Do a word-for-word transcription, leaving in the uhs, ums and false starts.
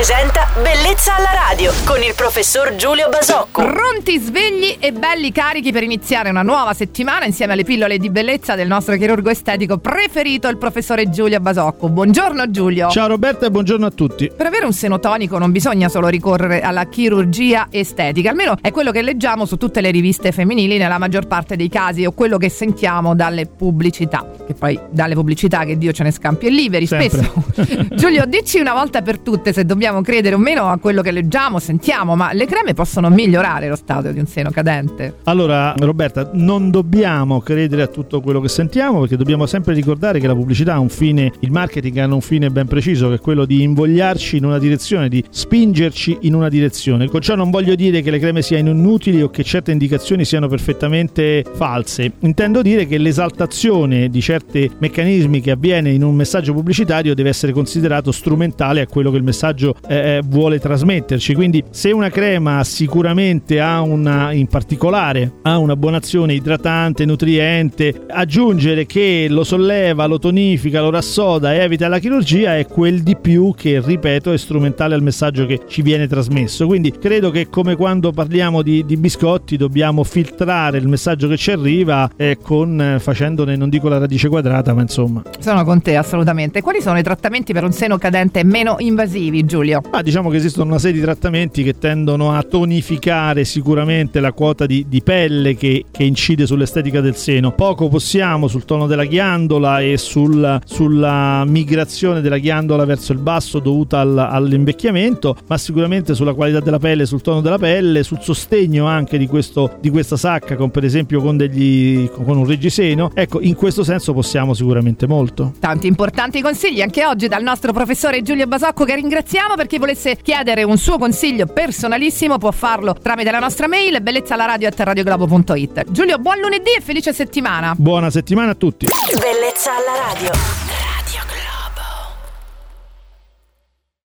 presenta Bellezza alla radio con il professor Giulio Basocco. Pronti, svegli e belli carichi per iniziare una nuova settimana insieme alle pillole di bellezza del nostro chirurgo estetico preferito, il professore Giulio Basocco. Buongiorno Giulio. Ciao Roberta e buongiorno a tutti. Per avere un seno tonico non bisogna solo ricorrere alla chirurgia estetica, almeno è quello che leggiamo su tutte le riviste femminili nella maggior parte dei casi, o quello che sentiamo dalle pubblicità, che poi dalle pubblicità che Dio ce ne scampi e liberi. Sempre. Spesso Giulio, dici una volta per tutte se dobbiamo credere o meno a quello che leggiamo, sentiamo, ma le creme possono migliorare lo stato di un seno cadente? Allora Roberta, non dobbiamo credere a tutto quello che sentiamo, perché dobbiamo sempre ricordare che la pubblicità ha un fine, il marketing ha un fine ben preciso, che è quello di invogliarci in una direzione, di spingerci in una direzione. Con ciò non voglio dire che le creme siano inutili o che certe indicazioni siano perfettamente false. Intendo dire che l'esaltazione di certi meccanismi che avviene in un messaggio pubblicitario deve essere considerato strumentale a quello che il messaggio eh, vuole trasmetterci. Quindi se una crema sicuramente ha una, in particolare ha una buona azione idratante, nutriente, aggiungere che lo solleva, lo tonifica, lo rassoda e evita la chirurgia è quel di più che, ripeto, è strumentale al messaggio che ci viene trasmesso. Quindi credo che, come quando parliamo di, di biscotti, dobbiamo filtrare il messaggio che ci arriva eh, con eh, facendone, non dico la radice quadrata, ma insomma. Sono con te assolutamente. Quali sono i trattamenti per un seno cadente meno invasivi, Giulio? Ah, diciamo che esistono una serie di trattamenti che tendono a tonificare sicuramente la quota di, di pelle che, che incide sull'estetica del seno. Poco possiamo sul tono della ghiandola e sul, sulla migrazione della ghiandola verso il basso dovuta al, all'invecchiamento, ma sicuramente sulla qualità della pelle, sul tono della pelle, sul sostegno anche di, questo, di questa sacca, con per esempio con, degli, con un reggiseno. Ecco, in questo senso possiamo sicuramente molto. Tanti importanti consigli anche oggi dal nostro professore Giulio Basocco, che ringraziamo. Per chi volesse chiedere un suo consiglio personalissimo può farlo tramite la nostra mail bellezzalaradio chiocciola radioglobo punto it. Giulio, buon lunedì e felice settimana. Buona settimana a tutti. Bellezza alla radio.